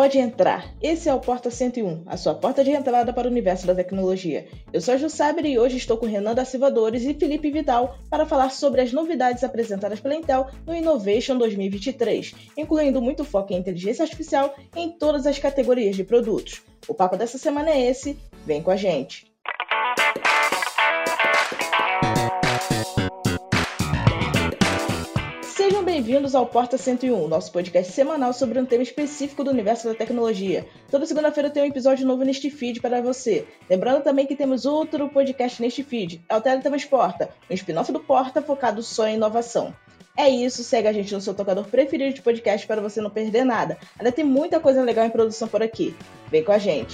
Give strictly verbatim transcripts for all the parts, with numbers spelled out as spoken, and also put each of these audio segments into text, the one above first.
Pode entrar. Esse é o Porta cento e um, a sua porta de entrada para o universo da tecnologia. Eu sou a Ju Saber e hoje estou com Renan da Silva Dores e Felipe Vidal para falar sobre as novidades apresentadas pela Intel no Innovation dois mil e vinte e três, incluindo muito foco em inteligência artificial em todas as categorias de produtos. O papo dessa semana é esse, vem com a gente! Sejam bem-vindos ao Porta cento e um, nosso podcast semanal sobre um tema específico do universo da tecnologia. Toda segunda-feira tem um episódio novo neste feed para você. Lembrando também que temos outro podcast neste feed, é o Teletransporta, um spin-off do Porta focado só em inovação. É isso, segue a gente no seu tocador preferido de podcast para você não perder nada. Ainda tem muita coisa legal em produção por aqui. Vem com a gente!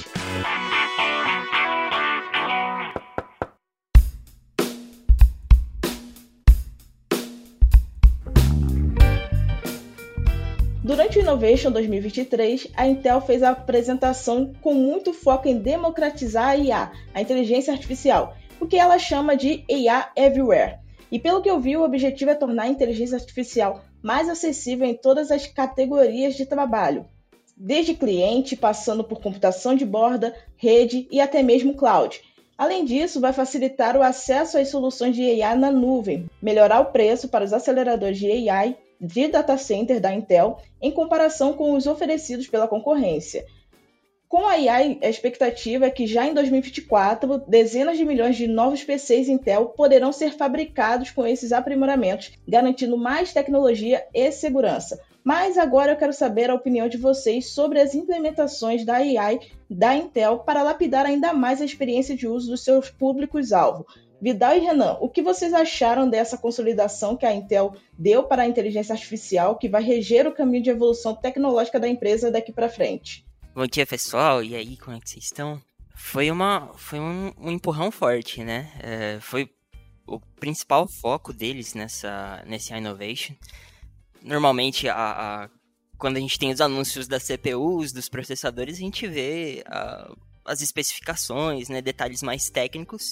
Durante o Innovation dois mil e vinte e três, a Intel fez a apresentação com muito foco em democratizar a I A, a inteligência artificial, o que ela chama de A I Everywhere. E pelo que eu vi, o objetivo é tornar a inteligência artificial mais acessível em todas as categorias de trabalho, desde cliente, passando por computação de borda, rede e até mesmo cloud. Além disso, vai facilitar o acesso às soluções de A I na nuvem, melhorar o preço para os aceleradores de A I de data center da Intel em comparação com os oferecidos pela concorrência. Com a I A, a expectativa é que já em dois mil e vinte e quatro, dezenas de milhões de novos P Cs Intel poderão ser fabricados com esses aprimoramentos, garantindo mais tecnologia e segurança. Mas agora eu quero saber a opinião de vocês sobre as implementações da A I da Intel para lapidar ainda mais a experiência de uso dos seus públicos-alvo. Vidal e Renan, o que vocês acharam dessa consolidação que a Intel deu para a inteligência artificial que vai reger o caminho de evolução tecnológica da empresa daqui para frente? Bom dia, pessoal. E aí, como é que vocês estão? Foi, uma, foi um, um empurrão forte, né? É, foi o principal foco deles nessa, nesse Innovation. Normalmente, a, a, quando a gente tem os anúncios das C P Us, dos processadores, a gente vê a, as especificações, né, detalhes mais técnicos.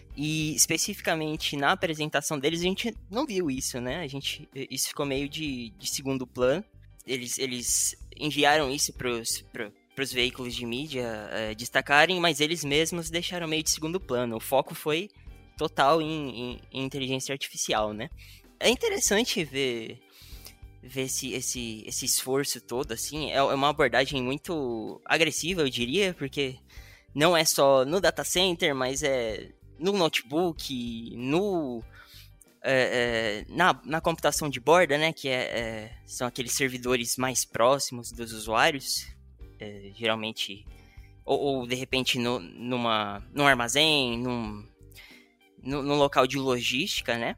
E especificamente na apresentação deles a gente não viu isso, né? A gente, isso ficou meio de, de segundo plano. Eles, eles enviaram isso para os veículos de mídia é, destacarem, mas eles mesmos deixaram meio de segundo plano. O foco foi total em, em, em inteligência artificial, né? É interessante ver, ver esse, esse, esse esforço todo, assim. É, é uma abordagem muito agressiva, eu diria, porque não é só no data center, mas é no notebook, no, é, é, na, na computação de borda, né, que é, é, são aqueles servidores mais próximos dos usuários, é, geralmente, ou, ou de repente no, numa, num armazém, num, no, num local de logística, né,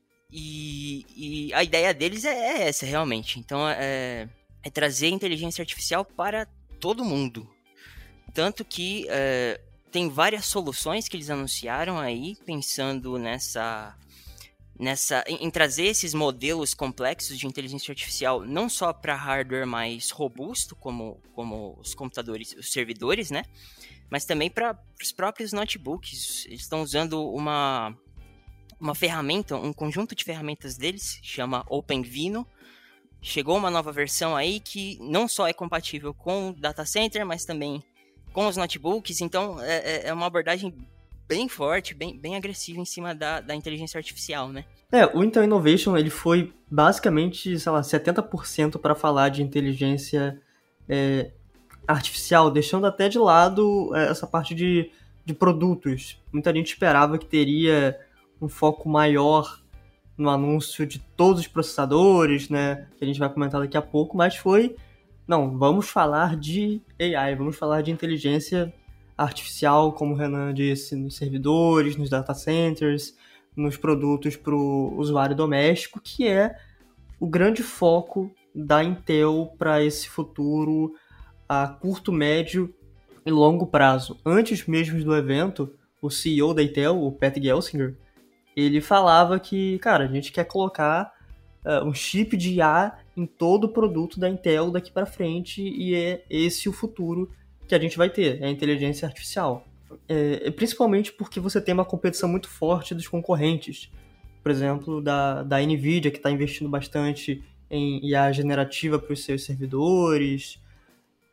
e, e a ideia deles é, é essa, realmente. Então, é, é trazer inteligência artificial para todo mundo, tanto que é, tem várias soluções que eles anunciaram aí, pensando nessa, nessa em, em trazer esses modelos complexos de inteligência artificial, não só para hardware mais robusto, como, como os computadores, os servidores, né? Mas também para os próprios notebooks. Eles estão usando uma, uma ferramenta, um conjunto de ferramentas deles, chama OpenVINO. Chegou uma nova versão aí que não só é compatível com o data center, mas também com os notebooks. Então é, é uma abordagem bem forte, bem, bem agressiva em cima da, da inteligência artificial, né? É, o Intel Innovation, ele foi basicamente, sei lá, setenta por cento para falar de inteligência é, artificial, deixando até de lado é, essa parte de, de produtos. Muita gente esperava que teria um foco maior no anúncio de todos os processadores, né, que a gente vai comentar daqui a pouco, mas foi não, vamos falar de A I, vamos falar de inteligência artificial, como o Renan disse, nos servidores, nos data centers, nos produtos para o usuário doméstico, que é o grande foco da Intel para esse futuro a curto, médio e longo prazo. Antes mesmo do evento, o C E O da Intel, o Pat Gelsinger, ele falava que, cara, a gente quer colocar uh, um chip de I A em todo o produto da Intel daqui para frente, e é esse o futuro que a gente vai ter, é a inteligência artificial. É, principalmente porque você tem uma competição muito forte dos concorrentes. Por exemplo, da, da NVIDIA, que está investindo bastante em I A generativa para os seus servidores.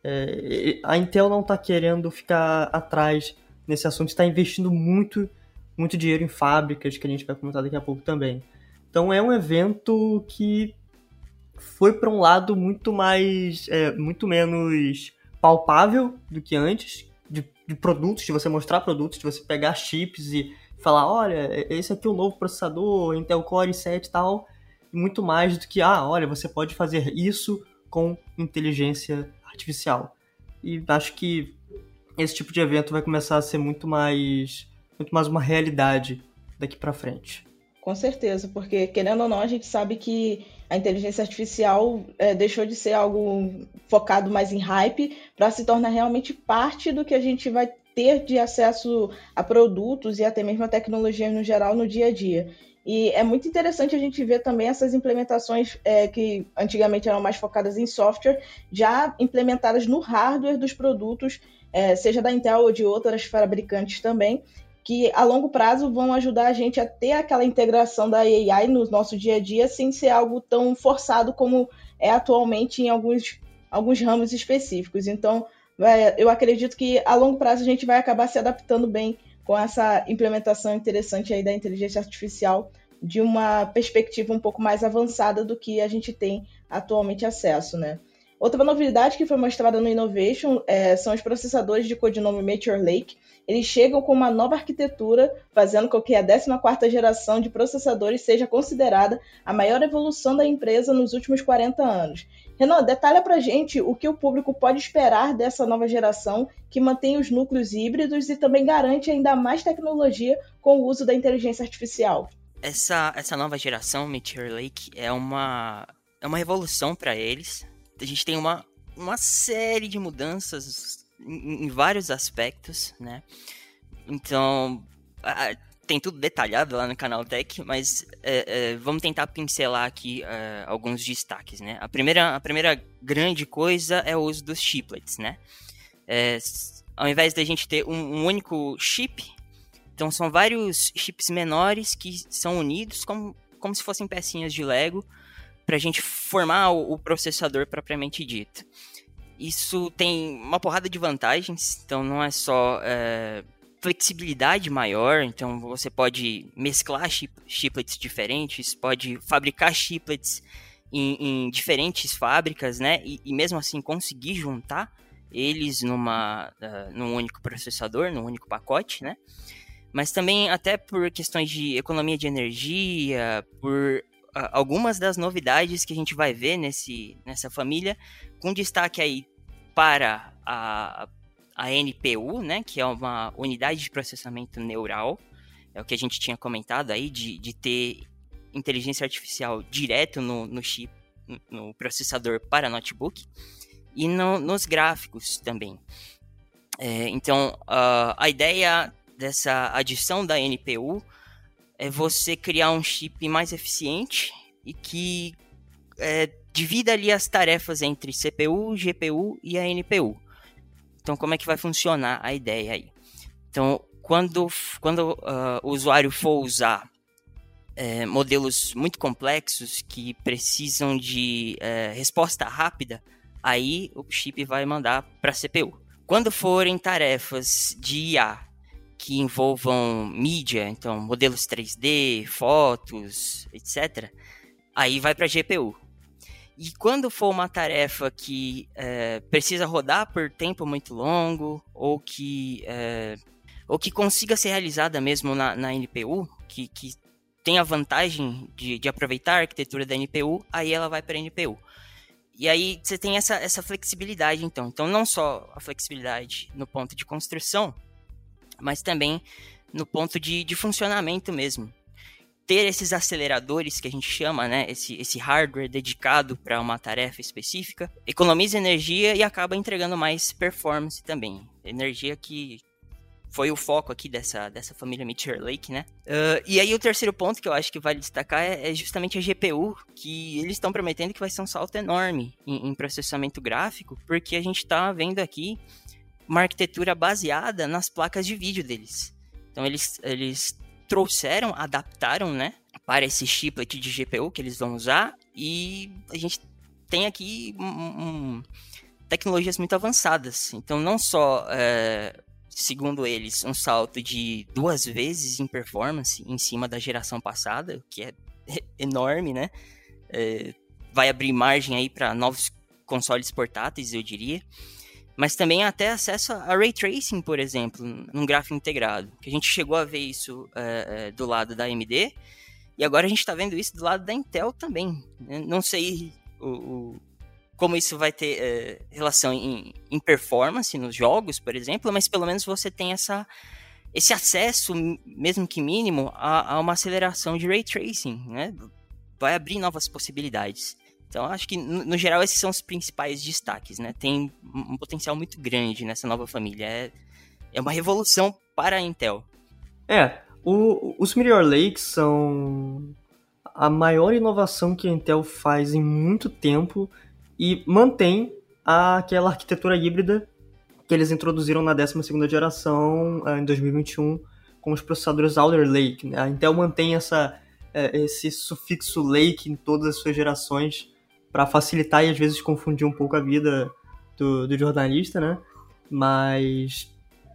É, a Intel não está querendo ficar atrás nesse assunto, está investindo muito, muito dinheiro em fábricas, que a gente vai comentar daqui a pouco também. Então é um evento que foi para um lado muito mais, é, muito menos palpável do que antes, de, de produtos, de você mostrar produtos, de você pegar chips e falar, olha, esse aqui é o novo processador, Intel Core i sete e tal, muito mais do que, ah, olha, você pode fazer isso com inteligência artificial. E acho que esse tipo de evento vai começar a ser muito mais, muito mais uma realidade daqui para frente. Com certeza, porque querendo ou não, a gente sabe que a inteligência artificial é, deixou de ser algo focado mais em hype para se tornar realmente parte do que a gente vai ter de acesso a produtos e até mesmo a tecnologias no geral no dia a dia. E é muito interessante a gente ver também essas implementações é, que antigamente eram mais focadas em software, já implementadas no hardware dos produtos, é, seja da Intel ou de outras fabricantes também, que a longo prazo vão ajudar a gente a ter aquela integração da A I no nosso dia a dia sem ser algo tão forçado como é atualmente em alguns, alguns ramos específicos. Então, é, eu acredito que a longo prazo a gente vai acabar se adaptando bem com essa implementação interessante aí da inteligência artificial de uma perspectiva um pouco mais avançada do que a gente tem atualmente acesso, né? Outra novidade que foi mostrada no Innovation é, são os processadores de codinome Meteor Lake. Eles chegam com uma nova arquitetura, fazendo com que a décima quarta geração de processadores seja considerada a maior evolução da empresa nos últimos quarenta anos. Renan, detalha pra gente o que o público pode esperar dessa nova geração, que mantém os núcleos híbridos e também garante ainda mais tecnologia com o uso da inteligência artificial. Essa, essa nova geração, Meteor Lake, é uma, é uma revolução para eles. A gente tem uma, uma série de mudanças em, em vários aspectos, né? Então, a, tem tudo detalhado lá no canal Tech, mas é, é, vamos tentar pincelar aqui é, alguns destaques, né? A primeira, a primeira grande coisa é o uso dos chiplets, né? É, ao invés da gente ter um, um único chip, então são vários chips menores que são unidos como, como se fossem pecinhas de Lego, para a gente formar o, o processador propriamente dito. Isso tem uma porrada de vantagens, então não é só é, flexibilidade maior, então você pode mesclar chip, chiplets diferentes, pode fabricar chiplets em, em diferentes fábricas, né? E, e mesmo assim conseguir juntar eles numa, uh, num único processador, num único pacote, né? Mas também até por questões de economia de energia, por algumas das novidades que a gente vai ver nesse, nessa família, com destaque aí para a, a N P U, né, que é uma unidade de processamento neural, é o que a gente tinha comentado aí, de, de ter inteligência artificial direto no, no chip, no processador para notebook, e no, nos gráficos também. É, então, uh, a ideia dessa adição da N P U é você criar um chip mais eficiente e que é, divida ali as tarefas entre C P U, G P U e a N P U. Então, como é que vai funcionar a ideia aí? Então, quando, quando uh, o usuário for usar é, modelos muito complexos que precisam de é, resposta rápida, aí o chip vai mandar para a C P U. Quando forem tarefas de I A que envolvam mídia, então modelos três D, fotos, etcétera, aí vai para a G P U. E quando for uma tarefa que é, precisa rodar por tempo muito longo, ou que, é, ou que consiga ser realizada mesmo na, na N P U, que, que tem a vantagem de, de aproveitar a arquitetura da N P U, aí ela vai para a N P U. E aí você tem essa, essa flexibilidade, então. Então, não só a flexibilidade no ponto de construção, mas também no ponto de, de funcionamento mesmo. Ter esses aceleradores que a gente chama, né, esse, esse hardware dedicado para uma tarefa específica, economiza energia e acaba entregando mais performance também. Energia que foi o foco aqui dessa, dessa família Meteor Lake, né? Uh, e aí o terceiro ponto que eu acho que vale destacar é, é justamente a G P U, que eles estão prometendo que vai ser um salto enorme em, em processamento gráfico, porque a gente está vendo aqui uma arquitetura baseada nas placas de vídeo deles. Então eles, eles trouxeram, adaptaram, né, para esse chiplet de G P U que eles vão usar, e a gente tem aqui um, um, tecnologias muito avançadas. Então, não só, é, segundo eles, um salto de duas vezes em performance em cima da geração passada, que é enorme, né? É, vai abrir margem aí para novos consoles portáteis, eu diria. Mas também até acesso a Ray Tracing, por exemplo, num gráfico integrado. Que a gente chegou a ver isso é, é, do lado da A M D, e agora a gente está vendo isso do lado da Intel também. Eu não sei o, o, como isso vai ter é, relação em, em performance nos jogos, por exemplo, mas pelo menos você tem essa, esse acesso, mesmo que mínimo, a, a uma aceleração de Ray Tracing, né? Vai abrir novas possibilidades. Então, acho que, no, no geral, esses são os principais destaques, né? Tem um, um potencial muito grande nessa nova família. É, é uma revolução para a Intel. É, o, os Meteor Lakes são a maior inovação que a Intel faz em muito tempo e mantém aquela arquitetura híbrida que eles introduziram na décima segunda geração, em dois mil e vinte e um, com os processadores Alder Lake. A Intel mantém essa, esse sufixo Lake em todas as suas gerações para facilitar e às vezes confundir um pouco a vida do, do jornalista, né? Mas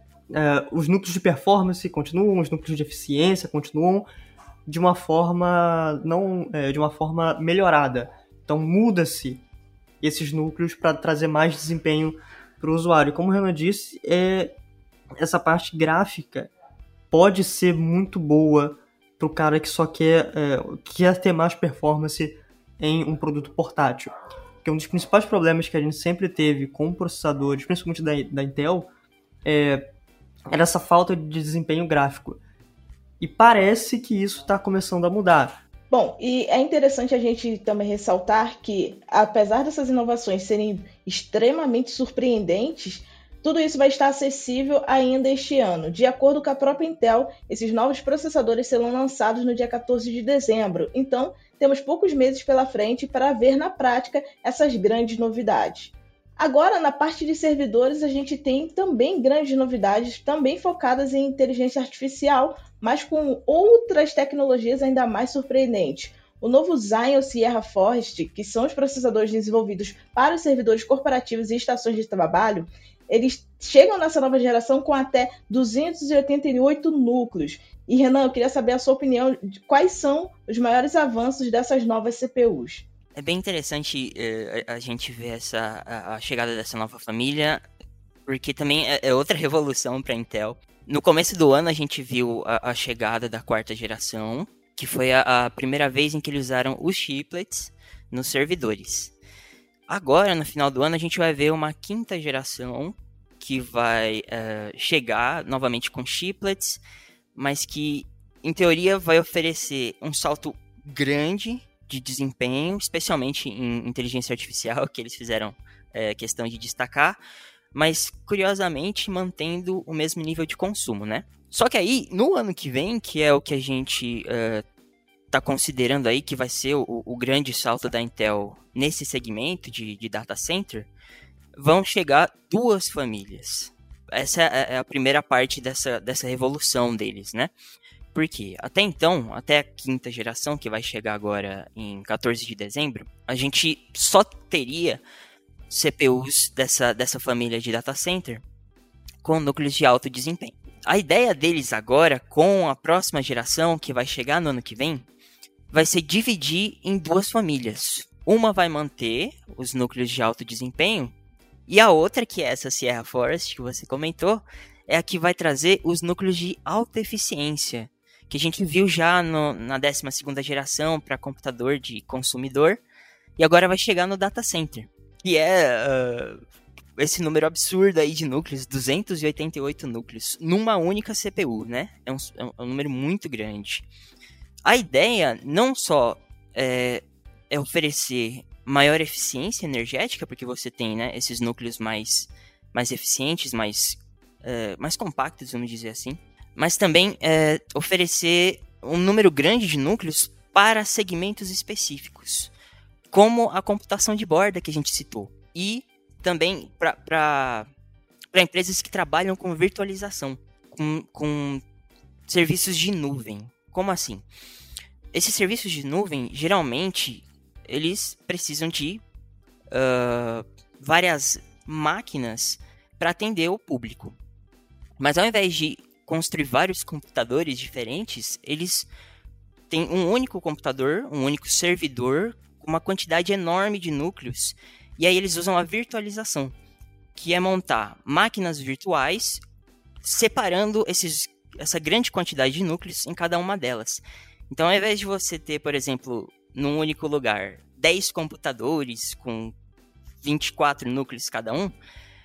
é, os núcleos de performance continuam, os núcleos de eficiência continuam de uma forma não é, de uma forma melhorada. Então muda-se esses núcleos para trazer mais desempenho para o usuário. Como o Renan disse, é, essa parte gráfica pode ser muito boa para o cara que só quer, é, quer ter mais performance em um produto portátil. Porque um dos principais problemas que a gente sempre teve com processadores, principalmente da, da Intel, é, era essa falta de desempenho gráfico. E parece que isso está começando a mudar. Bom, e é interessante a gente também ressaltar que, apesar dessas inovações serem extremamente surpreendentes, tudo isso vai estar acessível ainda este ano. De acordo com a própria Intel, esses novos processadores serão lançados no dia quatorze de dezembro. Então, temos poucos meses pela frente para ver na prática essas grandes novidades. Agora, na parte de servidores, a gente tem também grandes novidades, também focadas em inteligência artificial, mas com outras tecnologias ainda mais surpreendentes. O novo Xeon Sierra Forest, que são os processadores desenvolvidos para os servidores corporativos e estações de trabalho, eles chegam nessa nova geração com até duzentos e oitenta e oito núcleos. E, Renan, eu queria saber a sua opinião de quais são os maiores avanços dessas novas C P Us. É bem interessante uh, a gente ver essa, a, a chegada dessa nova família, porque também é, é outra revolução para a Intel. No começo do ano a gente viu a, a chegada da quarta geração, que foi a, a primeira vez em que eles usaram os chiplets nos servidores. Agora, no final do ano, a gente vai ver uma quinta geração que vai uh, chegar novamente com chiplets, mas que, em teoria, vai oferecer um salto grande de desempenho, especialmente em inteligência artificial, que eles fizeram é, questão de destacar, mas, curiosamente, mantendo o mesmo nível de consumo, né? Só que aí, no ano que vem, que é o que a gente está uh, considerando aí que vai ser o, o grande salto da Intel nesse segmento de, de data center, vão chegar duas famílias. Essa é a primeira parte dessa, dessa revolução deles, né? Porque até então, até a quinta geração, que vai chegar agora em quatorze de dezembro, a gente só teria C P Us dessa, dessa família de data center com núcleos de alto desempenho. A ideia deles agora, com a próxima geração, que vai chegar no ano que vem, vai ser dividir em duas famílias. Uma vai manter os núcleos de alto desempenho, e a outra, que é essa Sierra Forest que você comentou, é a que vai trazer os núcleos de alta eficiência, que a gente viu já no, na décima segunda geração para computador de consumidor, e agora vai chegar no data center, que é uh, esse número absurdo aí de núcleos, duzentos e oitenta e oito núcleos, numa única C P U, né? É um, é um número muito grande. A ideia não só é, é oferecer maior eficiência energética, porque você tem, né, esses núcleos mais, mais eficientes, mais, uh, mais compactos, vamos dizer assim, mas também é, oferecer um número grande de núcleos para segmentos específicos, como a computação de borda que a gente citou, e também para empresas que trabalham com virtualização, com, com serviços de nuvem. Como assim? Esses serviços de nuvem, geralmente, eles precisam de uh, várias máquinas para atender o público. Mas ao invés de construir vários computadores diferentes, eles têm um único computador, um único servidor, com uma quantidade enorme de núcleos, e aí eles usam a virtualização, que é montar máquinas virtuais, separando esses, essa grande quantidade de núcleos em cada uma delas. Então, ao invés de você ter, por exemplo, num único lugar, dez computadores com vinte e quatro núcleos cada um,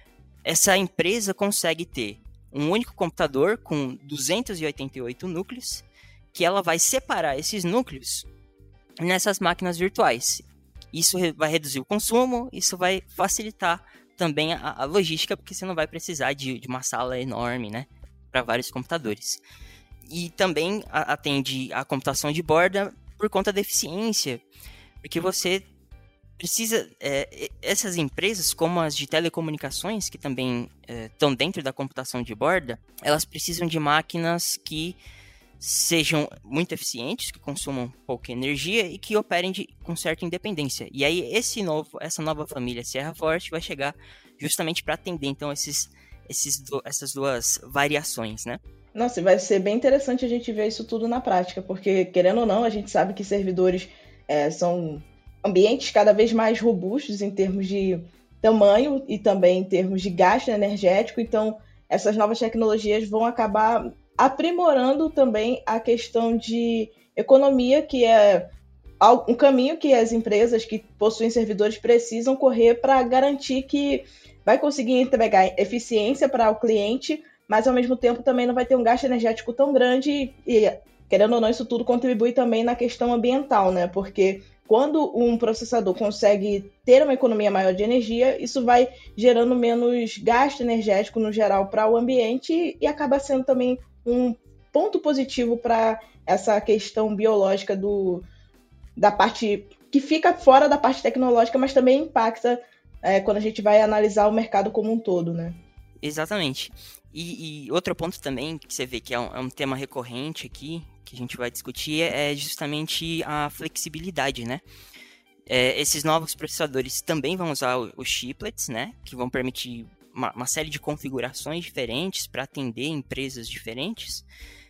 essa empresa consegue ter um único computador com duzentos e oitenta e oito núcleos, que ela vai separar esses núcleos nessas máquinas virtuais. Isso vai reduzir o consumo, isso vai facilitar também a, a logística, porque você não vai precisar de, de uma sala enorme, né, para vários computadores. E também a, atende a computação de borda por conta da eficiência, porque você precisa, é, essas empresas, como as de telecomunicações, que também estão é, dentro da computação de borda, elas precisam de máquinas que sejam muito eficientes, que consumam pouca energia e que operem de, com certa independência. E aí esse novo, essa nova família Sierra Forest vai chegar justamente para atender então esses, esses do, essas duas variações, né? Nossa, vai ser bem interessante a gente ver isso tudo na prática, porque querendo ou não, a gente sabe que servidores é, são ambientes cada vez mais robustos em termos de tamanho e também em termos de gasto energético, então essas novas tecnologias vão acabar aprimorando também a questão de economia, que é um caminho que as empresas que possuem servidores precisam correr para garantir que vai conseguir entregar eficiência para o cliente, mas ao mesmo tempo também não vai ter um gasto energético tão grande e, querendo ou não, isso tudo contribui também na questão ambiental, né? Porque quando um processador consegue ter uma economia maior de energia, isso vai gerando menos gasto energético no geral para o ambiente e acaba sendo também um ponto positivo para essa questão biológica do, da parte que fica fora da parte tecnológica, mas também impacta é, quando a gente vai analisar o mercado como um todo, né? Exatamente. E, e outro ponto também que você vê que é um, é um tema recorrente aqui, que a gente vai discutir, é justamente a flexibilidade, né? É, esses novos processadores também vão usar os chiplets, né? Que vão permitir uma, uma série de configurações diferentes para atender empresas diferentes,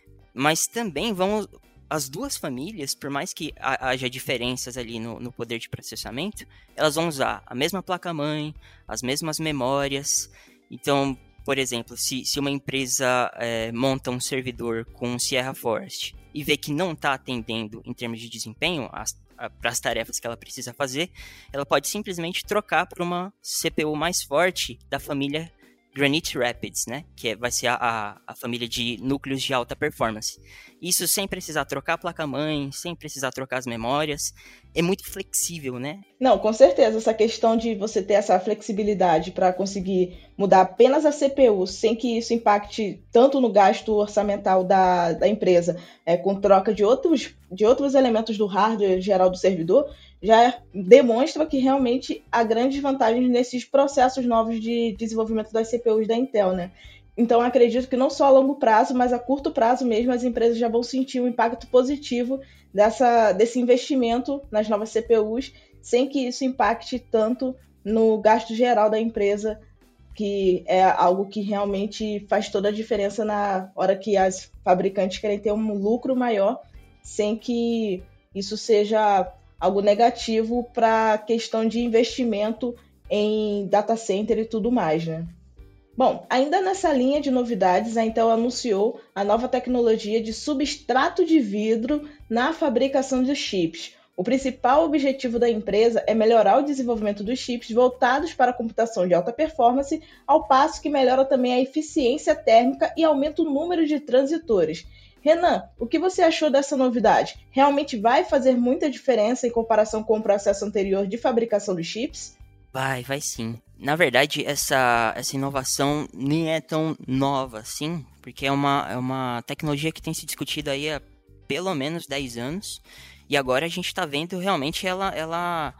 mas também vão, as duas famílias, por mais que haja diferenças ali no, no poder de processamento, elas vão usar a mesma placa-mãe, as mesmas memórias. Então, por exemplo, se, se uma empresa é, monta um servidor com um Sierra Forest e vê que não está atendendo em termos de desempenho para as tarefas que ela precisa fazer, ela pode simplesmente trocar para uma C P U mais forte da família Granite Rapids, né? Que é, vai ser a, a, a família de núcleos de alta performance. Isso sem precisar trocar a placa-mãe, sem precisar trocar as memórias. É muito flexível, né? Não, com certeza. Essa questão de você ter essa flexibilidade para conseguir mudar apenas a C P U, sem que isso impacte tanto no gasto orçamental da, da empresa, é, com troca de outros, de outros elementos do hardware geral do servidor, já demonstra que realmente há grandes vantagens nesses processos novos de desenvolvimento das C P Us da Intel, né? Então, acredito que não só a longo prazo, mas a curto prazo mesmo, as empresas já vão sentir um impacto positivo dessa, desse investimento nas novas C P Us, sem que isso impacte tanto no gasto geral da empresa, que é algo que realmente faz toda a diferença na hora que as fabricantes querem ter um lucro maior, sem que isso seja algo negativo para a questão de investimento em data center e tudo mais, né? Bom, ainda nessa linha de novidades, a Intel anunciou a nova tecnologia de substrato de vidro na fabricação dos chips. O principal objetivo da empresa é melhorar o desenvolvimento dos chips voltados para a computação de alta performance, ao passo que melhora também a eficiência térmica e aumenta o número de transitores. Renan, o que você achou dessa novidade? Realmente vai fazer muita diferença em comparação com o processo anterior de fabricação dos chips? Vai, vai sim. Na verdade, essa, essa inovação nem é tão nova assim, porque é uma, é uma tecnologia que tem se discutido aí há pelo menos dez anos, e agora a gente está vendo realmente ela, ela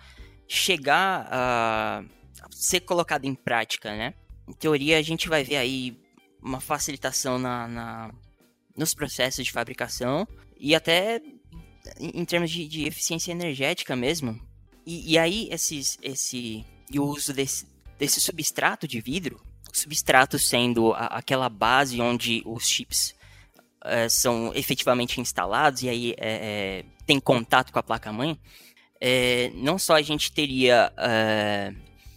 chegar a ser colocada em prática, né? Em teoria, a gente vai ver aí uma facilitação na, na, nos processos de fabricação e até em, em termos de, de eficiência energética mesmo. E, e aí, esses, esse, e o uso desse, desse substrato de vidro, o substrato sendo a, aquela base onde os chips é, são efetivamente instalados e aí é, é, tem contato com a placa-mãe, é, não só a gente teria é,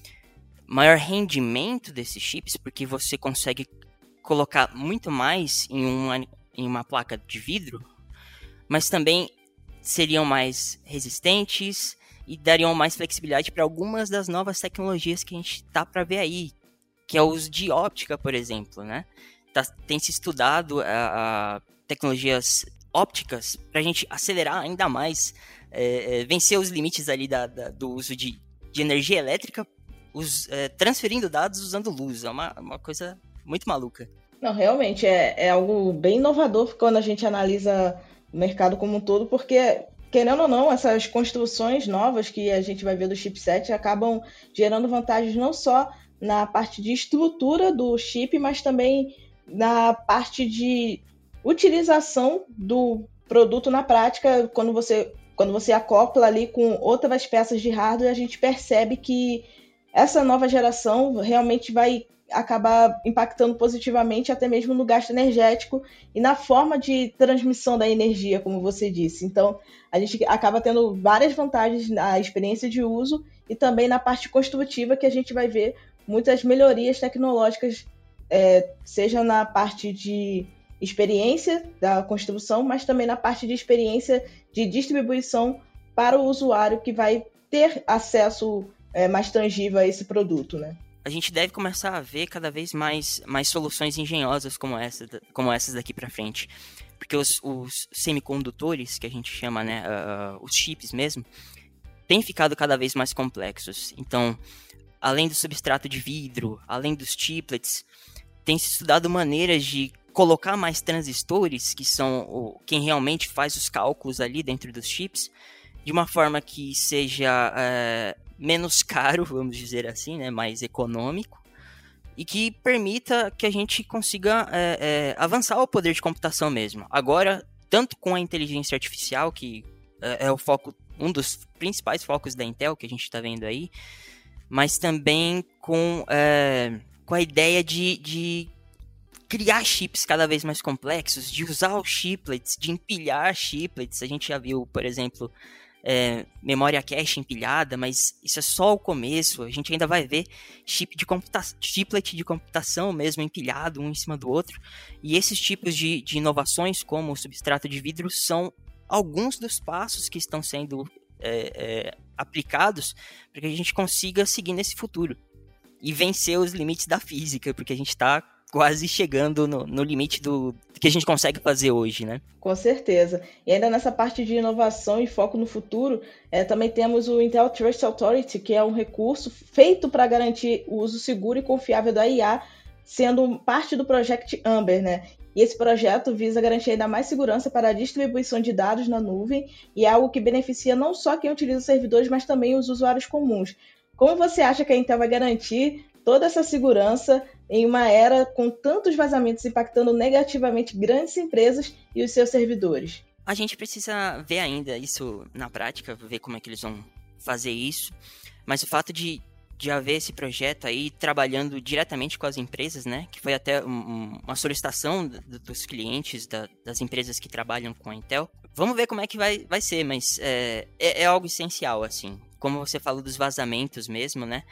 maior rendimento desses chips, porque você consegue colocar muito mais em uma, em uma placa de vidro, mas também seriam mais resistentes e dariam mais flexibilidade para algumas das novas tecnologias que a gente tá para ver aí, que é o uso de óptica, por exemplo, né? Tá, tem se estudado a, a tecnologias ópticas para a gente acelerar ainda mais, é, é, vencer os limites ali da, da, do uso de, de energia elétrica, os, é, transferindo dados usando luz. É uma, uma coisa muito maluca. Não, realmente, é, é algo bem inovador quando a gente analisa o mercado como um todo, porque, querendo ou não, essas construções novas que a gente vai ver do chipset acabam gerando vantagens não só na parte de estrutura do chip, mas também na parte de utilização do produto na prática. Quando você, quando você acopla ali com outras peças de hardware, a gente percebe que essa nova geração realmente vai acabar impactando positivamente até mesmo no gasto energético e na forma de transmissão da energia, como você disse. Então, a gente acaba tendo várias vantagens na experiência de uso e também na parte construtiva, que a gente vai ver muitas melhorias tecnológicas, é, seja na parte de experiência da construção, mas também na parte de experiência de distribuição para o usuário que vai ter acesso é, mais tangível a esse produto, né? A gente deve começar a ver cada vez mais, mais soluções engenhosas como, essa, como essas daqui para frente. Porque os, os semicondutores, que a gente chama, né, uh, os chips mesmo, têm ficado cada vez mais complexos. Então, além do substrato de vidro, além dos chiplets, tem se estudado maneiras de colocar mais transistores, que são o, quem realmente faz os cálculos ali dentro dos chips, de uma forma que seja uh, menos caro, vamos dizer assim, né, mais econômico, e que permita que a gente consiga é, é, avançar o poder de computação mesmo. Agora, tanto com a inteligência artificial, que é, é o foco, um dos principais focos da Intel, que a gente está vendo aí, mas também com, é, com a ideia de, de criar chips cada vez mais complexos, de usar os chiplets, de empilhar chiplets. A gente já viu, por exemplo, É, memória cache empilhada, mas isso é só o começo. A gente ainda vai ver chip de computa- chiplet de computação mesmo empilhado um em cima do outro, e esses tipos de, de inovações, como o substrato de vidro, são alguns dos passos que estão sendo é, é, aplicados para que a gente consiga seguir nesse futuro e vencer os limites da física, porque a gente está quase chegando no, no limite do que a gente consegue fazer hoje, né? Com certeza. E ainda nessa parte de inovação e foco no futuro, é, também temos o Intel Trust Authority, que é um recurso feito para garantir o uso seguro e confiável da I A, sendo parte do Project Amber, né? E esse projeto visa garantir ainda mais segurança para a distribuição de dados na nuvem, e é algo que beneficia não só quem utiliza os servidores, mas também os usuários comuns. Como você acha que a Intel vai garantir toda essa segurança em uma era com tantos vazamentos impactando negativamente grandes empresas e os seus servidores? A gente precisa ver ainda isso na prática, ver como é que eles vão fazer isso, mas o fato de, de haver esse projeto aí trabalhando diretamente com as empresas, né, que foi até um, uma solicitação do, dos clientes, da, das empresas que trabalham com a Intel, vamos ver como é que vai, vai ser, mas é, é, é algo essencial, assim, como você falou dos vazamentos mesmo, né,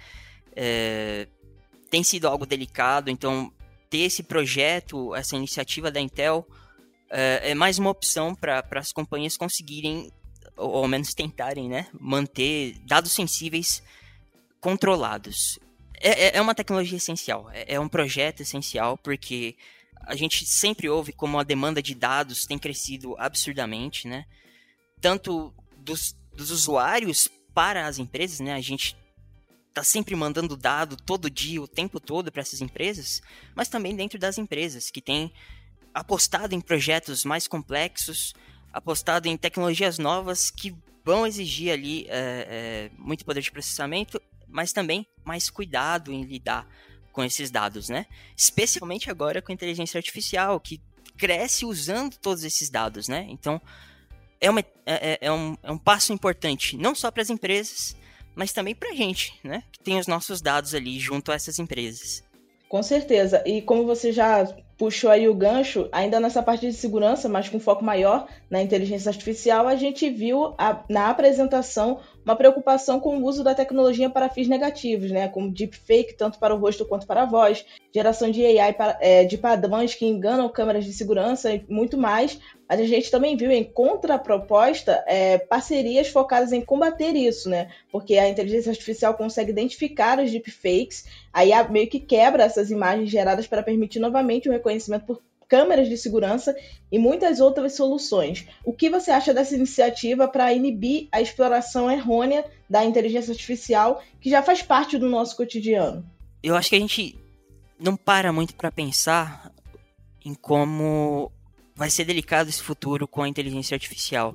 é, tem sido algo delicado, então ter esse projeto, essa iniciativa da Intel é, é mais uma opção para as companhias conseguirem, ou ao menos tentarem, né, manter dados sensíveis controlados. É, é uma tecnologia essencial, é, é um projeto essencial, porque a gente sempre ouve como a demanda de dados tem crescido absurdamente, né, tanto dos, dos usuários para as empresas, né, a gente está sempre mandando dado todo dia, o tempo todo para essas empresas, mas também dentro das empresas, que têm apostado em projetos mais complexos, apostado em tecnologias novas que vão exigir ali é, é, muito poder de processamento, mas também mais cuidado em lidar com esses dados, né? Especialmente agora com a inteligência artificial, que cresce usando todos esses dados, né? Então, é, uma, é, é, um, é um passo importante, não só para as empresas, mas também pra gente, né? Que tem os nossos dados ali junto a essas empresas. Com certeza. E como você já puxou aí o gancho, ainda nessa parte de segurança, mas com foco maior na inteligência artificial, a gente viu a, na apresentação uma preocupação com o uso da tecnologia para fins negativos, né? Como deepfake, tanto para o rosto quanto para a voz, geração de A I para, é, de padrões que enganam câmeras de segurança e muito mais. Mas a gente também viu em contraproposta é, parcerias focadas em combater isso, né? Porque a inteligência artificial consegue identificar os deepfakes, aí meio que quebra essas imagens geradas para permitir novamente o reconhecimento por câmeras de segurança e muitas outras soluções. O que você acha dessa iniciativa para inibir a exploração errônea da inteligência artificial, que já faz parte do nosso cotidiano? Eu acho que a gente não para muito para pensar em como vai ser delicado esse futuro com a inteligência artificial.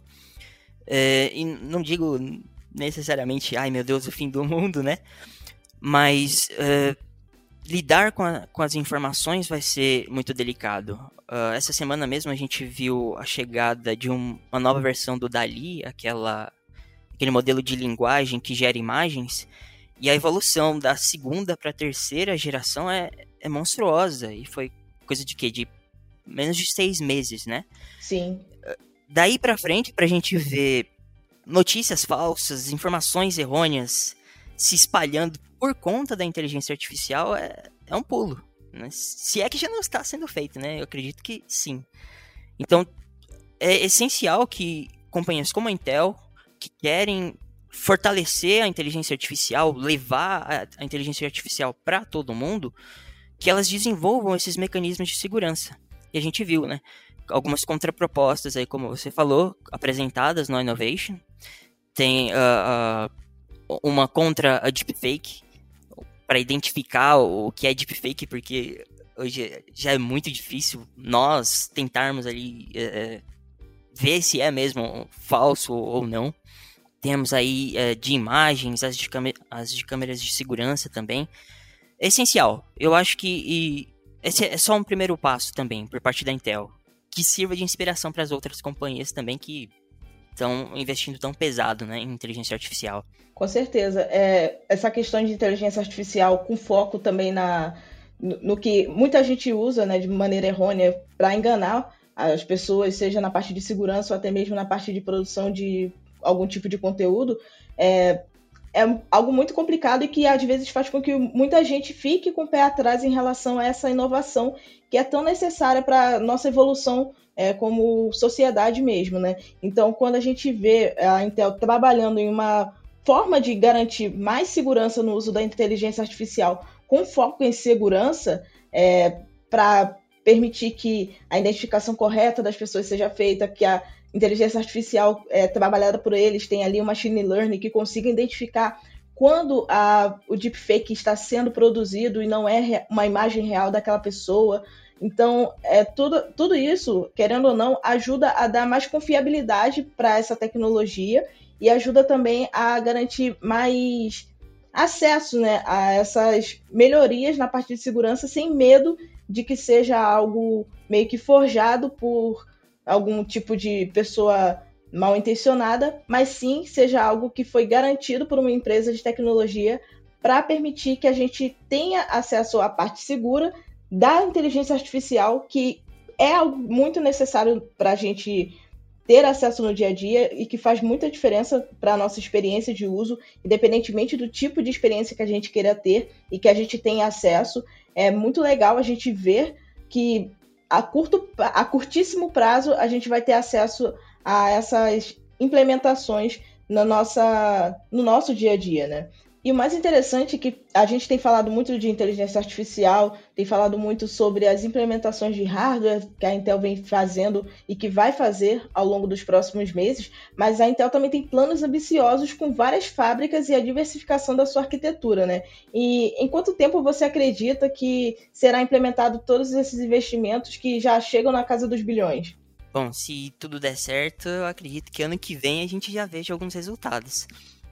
É, e não digo necessariamente, ai meu Deus, o fim do mundo, né? Mas é, lidar com, a, com as informações vai ser muito delicado. Uh, essa semana mesmo a gente viu a chegada de um, uma nova versão do DALL-E, aquela, aquele modelo de linguagem que gera imagens, e a evolução da segunda para a terceira geração é, é monstruosa, e foi coisa de quê? De menos de seis meses, né? Sim. Daí pra frente, pra gente ver notícias falsas, informações errôneas se espalhando por conta da inteligência artificial, é, é um pulo, né? Se é que já não está sendo feito, né? Eu acredito que sim. Então, é essencial que companhias como a Intel, que querem fortalecer a inteligência artificial, levar a, a inteligência artificial para todo mundo, que elas desenvolvam esses mecanismos de segurança. E a gente viu, né? Algumas contrapropostas aí, como você falou, apresentadas no Innovation. Tem uh, uh, uma contra a deepfake, para identificar o que é deepfake, porque hoje já é muito difícil nós tentarmos ali uh, ver se é mesmo falso ou não. Temos aí uh, de imagens, as de, as de câmeras de segurança também. É essencial. Eu acho que e esse é só um primeiro passo também, por parte da Intel, que sirva de inspiração para as outras companhias também que estão investindo tão pesado, né, em inteligência artificial. Com certeza. É, essa questão de inteligência artificial com foco também na, no, no que muita gente usa, né, de maneira errônea para enganar as pessoas, seja na parte de segurança ou até mesmo na parte de produção de algum tipo de conteúdo, é, é algo muito complicado e que às vezes faz com que muita gente fique com o pé atrás em relação a essa inovação que é tão necessária para a nossa evolução é, como sociedade mesmo, né? Então, quando a gente vê a Intel trabalhando em uma forma de garantir mais segurança no uso da inteligência artificial com foco em segurança, é, para permitir que a identificação correta das pessoas seja feita, que a inteligência artificial é, trabalhada por eles tem ali o machine learning que consiga identificar quando a, o deepfake está sendo produzido e não é uma imagem real daquela pessoa. Então, é, tudo, tudo isso, querendo ou não, ajuda a dar mais confiabilidade para essa tecnologia e ajuda também a garantir mais acesso, né, a essas melhorias na parte de segurança sem medo de que seja algo meio que forjado por algum tipo de pessoa mal intencionada, mas sim seja algo que foi garantido por uma empresa de tecnologia para permitir que a gente tenha acesso à parte segura da inteligência artificial, que é algo muito necessário para a gente ter acesso no dia a dia e que faz muita diferença para a nossa experiência de uso, independentemente do tipo de experiência que a gente queira ter e que a gente tenha acesso. É muito legal a gente ver que a, curto, a curtíssimo prazo a gente vai ter acesso a essas implementações na nossa, no nosso dia a dia, né? E o mais interessante é que a gente tem falado muito de inteligência artificial, tem falado muito sobre as implementações de hardware que a Intel vem fazendo e que vai fazer ao longo dos próximos meses, mas a Intel também tem planos ambiciosos com várias fábricas e a diversificação da sua arquitetura, né? E em quanto tempo você acredita que será implementado todos esses investimentos que já chegam na casa dos bilhões? Bom, se tudo der certo, eu acredito que ano que vem a gente já veja alguns resultados.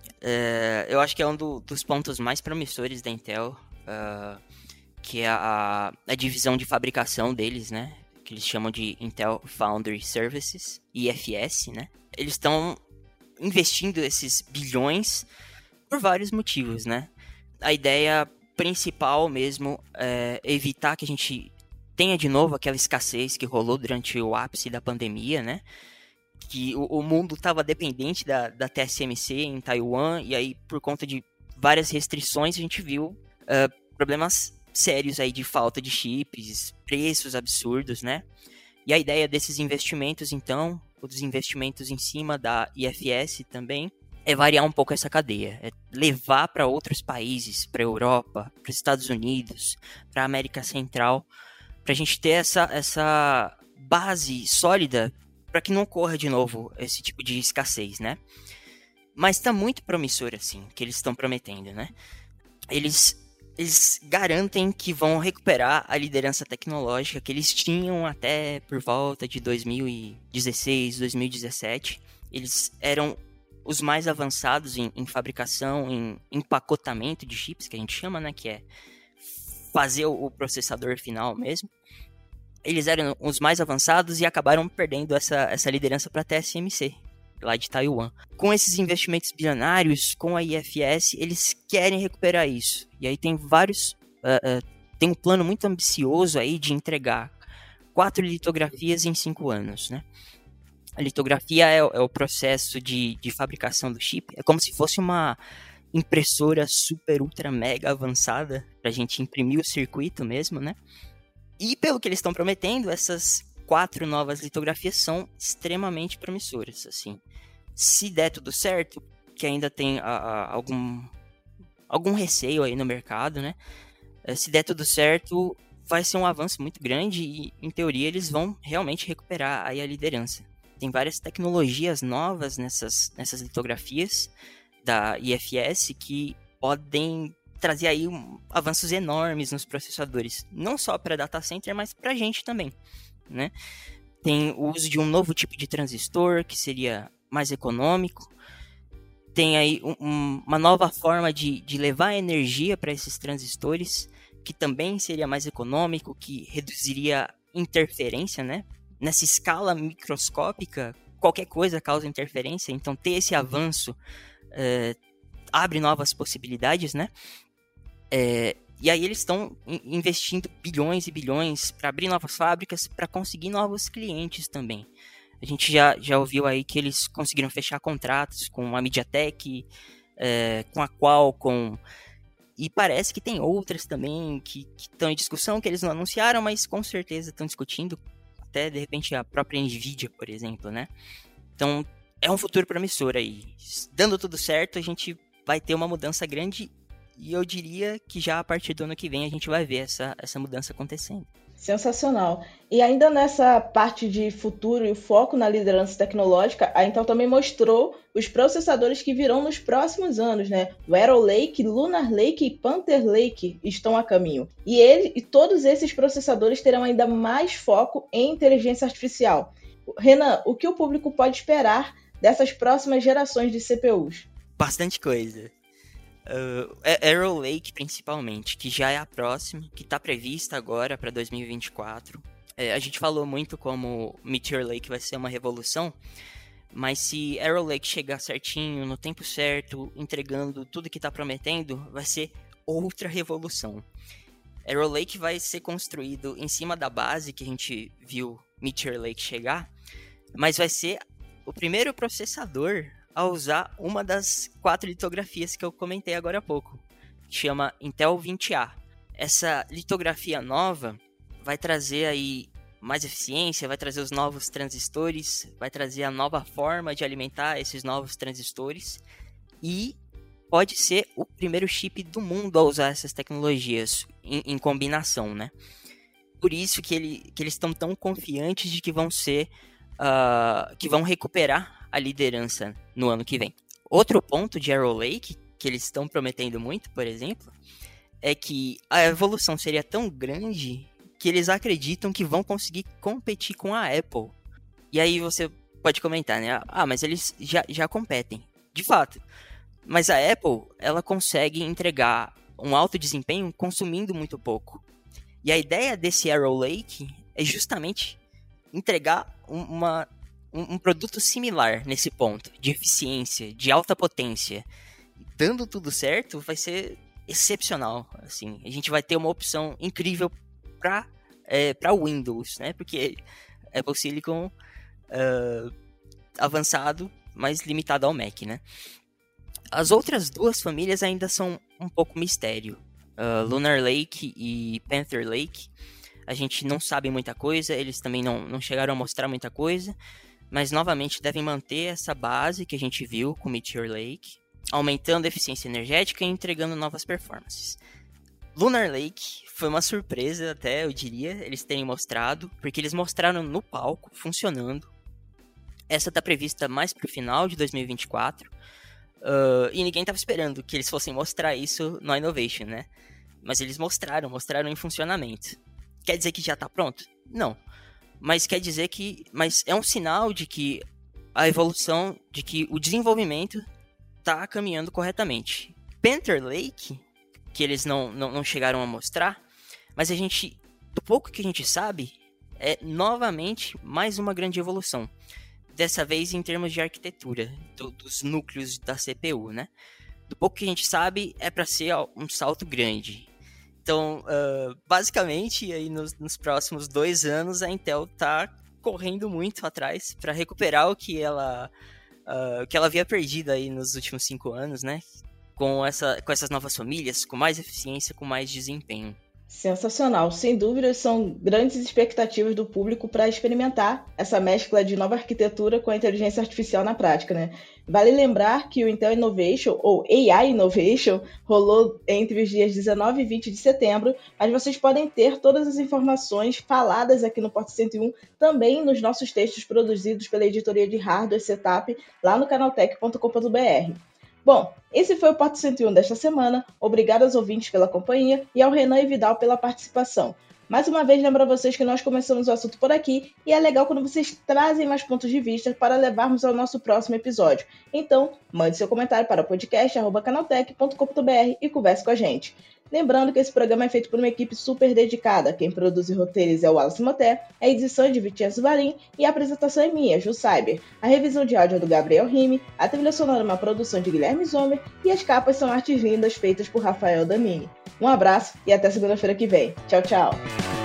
Uh, eu acho que é um do, dos pontos mais promissores da Intel, uh, que é a, a divisão de fabricação deles, né? Que eles chamam de Intel Foundry Services, I F S, né? Eles estão investindo esses bilhões por vários motivos, né? A ideia principal mesmo é evitar que a gente tenha de novo aquela escassez que rolou durante o ápice da pandemia, né? Que o, o mundo estava dependente da, da T S M C em Taiwan, e aí por conta de várias restrições a gente viu uh, problemas sérios aí de falta de chips, preços absurdos, né? E a ideia desses investimentos, então, os investimentos em cima da I F S também, é variar um pouco essa cadeia, é levar para outros países, para a Europa, para os Estados Unidos, para a América Central, para a gente ter essa, essa base sólida para que não ocorra de novo esse tipo de escassez, né? Mas está muito promissor, assim, que eles estão prometendo, né? Eles, eles garantem que vão recuperar a liderança tecnológica que eles tinham até por volta de dois mil e dezesseis, dois mil e dezessete. Eles eram os mais avançados em, em fabricação, em empacotamento de chips, que a gente chama, né? Que é fazer o, o processador final mesmo. Eles eram os mais avançados e acabaram perdendo essa, essa liderança para a T S M C, lá de Taiwan. Com esses investimentos bilionários, com a I F S, eles querem recuperar isso. E aí tem vários... Uh, uh, tem um plano muito ambicioso aí de entregar quatro litografias em cinco anos, né? A litografia é, é o processo de, de fabricação do chip. É como se fosse uma impressora super, ultra, mega avançada para a gente imprimir o circuito mesmo, né? E pelo que eles estão prometendo, essas quatro novas litografias são extremamente promissoras, assim. Se der tudo certo, que ainda tem a, a, algum, algum receio aí no mercado, né? Se der tudo certo, vai ser um avanço muito grande e, em teoria, eles vão realmente recuperar aí a liderança. Tem várias tecnologias novas nessas, nessas litografias da I F S que podem trazer aí um, avanços enormes nos processadores. Não só para data center, mas para a gente também, né? Tem o uso de um novo tipo de transistor, que seria mais econômico. Tem aí um, um, uma nova forma de, de levar energia para esses transistores, que também seria mais econômico, que reduziria interferência, né? Nessa escala microscópica, qualquer coisa causa interferência, então ter esse avanço é, abre novas possibilidades, né? É, e aí eles estão investindo bilhões e bilhões para abrir novas fábricas, para conseguir novos clientes também. A gente já, já ouviu aí que eles conseguiram fechar contratos com a MediaTek, é, com a Qualcomm, e parece que tem outras também que estão em discussão, que eles não anunciaram, mas com certeza estão discutindo. Até, de repente, a própria Nvidia, por exemplo, né? Então, é um futuro promissor aí. Dando tudo certo, a gente vai ter uma mudança grande e eu diria que já a partir do ano que vem a gente vai ver essa, essa mudança acontecendo. Sensacional. E ainda nessa parte de futuro e o foco na liderança tecnológica, a Intel também mostrou os processadores que virão nos próximos anos, né? O Arrow Lake, Lunar Lake e Panther Lake estão a caminho. E, ele, e todos esses processadores terão ainda mais foco em inteligência artificial. Renan, o que o público pode esperar dessas próximas gerações de C P Us? Bastante coisa. Uh, Arrow Lake, principalmente, que já é a próxima, que está prevista agora para dois mil e vinte e quatro. É, a gente falou muito como Meteor Lake vai ser uma revolução, mas se Arrow Lake chegar certinho, no tempo certo, entregando tudo que está prometendo, vai ser outra revolução. Arrow Lake vai ser construído em cima da base que a gente viu Meteor Lake chegar, mas vai ser o primeiro processador a usar uma das quatro litografias que eu comentei agora há pouco, que chama Intel vinte A. Essa litografia nova vai trazer aí mais eficiência, vai trazer os novos transistores, vai trazer a nova forma de alimentar esses novos transistores e pode ser o primeiro chip do mundo a usar essas tecnologias em, em combinação, né? Por isso que, ele, que eles estão tão confiantes de que vão ser, uh, que vão recuperar a liderança no ano que vem. Outro ponto de Arrow Lake, que eles estão prometendo muito, por exemplo, é que a evolução seria tão grande que eles acreditam que vão conseguir competir com a Apple. E aí você pode comentar, né? Ah, mas eles já, já competem. De fato. Mas a Apple, ela consegue entregar um alto desempenho consumindo muito pouco. E a ideia desse Arrow Lake é justamente entregar uma... um produto similar nesse ponto, de eficiência, de alta potência, dando tudo certo, vai ser excepcional, assim. A gente vai ter uma opção incrível para é, para Windows, né? Porque Apple Silicon uh, avançado, mas limitado ao Mac, né? As outras duas famílias ainda são um pouco mistério. Uh, Lunar Lake e Panther Lake, a gente não sabe muita coisa, eles também não, não chegaram a mostrar muita coisa, mas novamente devem manter essa base que a gente viu com Meteor Lake, aumentando a eficiência energética e entregando novas performances. Lunar Lake foi uma surpresa até, eu diria, eles terem mostrado, porque eles mostraram no palco, funcionando. Essa está prevista mais para o final de dois mil e vinte e quatro, uh, e ninguém estava esperando que eles fossem mostrar isso no Innovation, né? Mas eles mostraram, mostraram em funcionamento. Quer dizer que já está pronto? Não. Mas quer dizer que... Mas é um sinal de que a evolução, de que o desenvolvimento está caminhando corretamente. Panther Lake, que eles não, não, não chegaram a mostrar, mas a gente, do pouco que a gente sabe, é novamente mais uma grande evolução. Dessa vez em termos de arquitetura, do, dos núcleos da C P U, né? Do pouco que a gente sabe, é para ser um salto grande. Então, uh, basicamente, aí nos, nos próximos dois anos, a Intel está correndo muito atrás para recuperar o que ela, uh, que ela havia perdido aí nos últimos cinco anos, né? Com, essa, com essas novas famílias, com mais eficiência, com mais desempenho. Sensacional. Sem dúvida, são grandes expectativas do público para experimentar essa mescla de nova arquitetura com a inteligência artificial na prática, né? Vale lembrar que o Intel Innovation, ou A I Innovation, rolou entre os dias dezenove e vinte de setembro, mas vocês podem ter todas as informações faladas aqui no Porta cento e um, também nos nossos textos produzidos pela editoria de Hardware Setup, lá no canaltech ponto com ponto b r. Bom, esse foi o Porta cento e um desta semana. Obrigado aos ouvintes pela companhia e ao Renan e Vidal pela participação. Mais uma vez, lembro a vocês que nós começamos o assunto por aqui e é legal quando vocês trazem mais pontos de vista para levarmos ao nosso próximo episódio. Então, mande seu comentário para podcast arroba canaltech ponto com ponto b r e converse com a gente. Lembrando que esse programa é feito por uma equipe super dedicada. Quem produz e roteiros é o Wallace Moté, a edição é de Vicenzo Valim e a apresentação é minha, Ju Cyber. A revisão de áudio é do Gabriel Rime, a trilha sonora é uma produção de Guilherme Zomer e as capas são artes lindas feitas por Rafael Damini. Um abraço e até segunda-feira que vem. Tchau, tchau!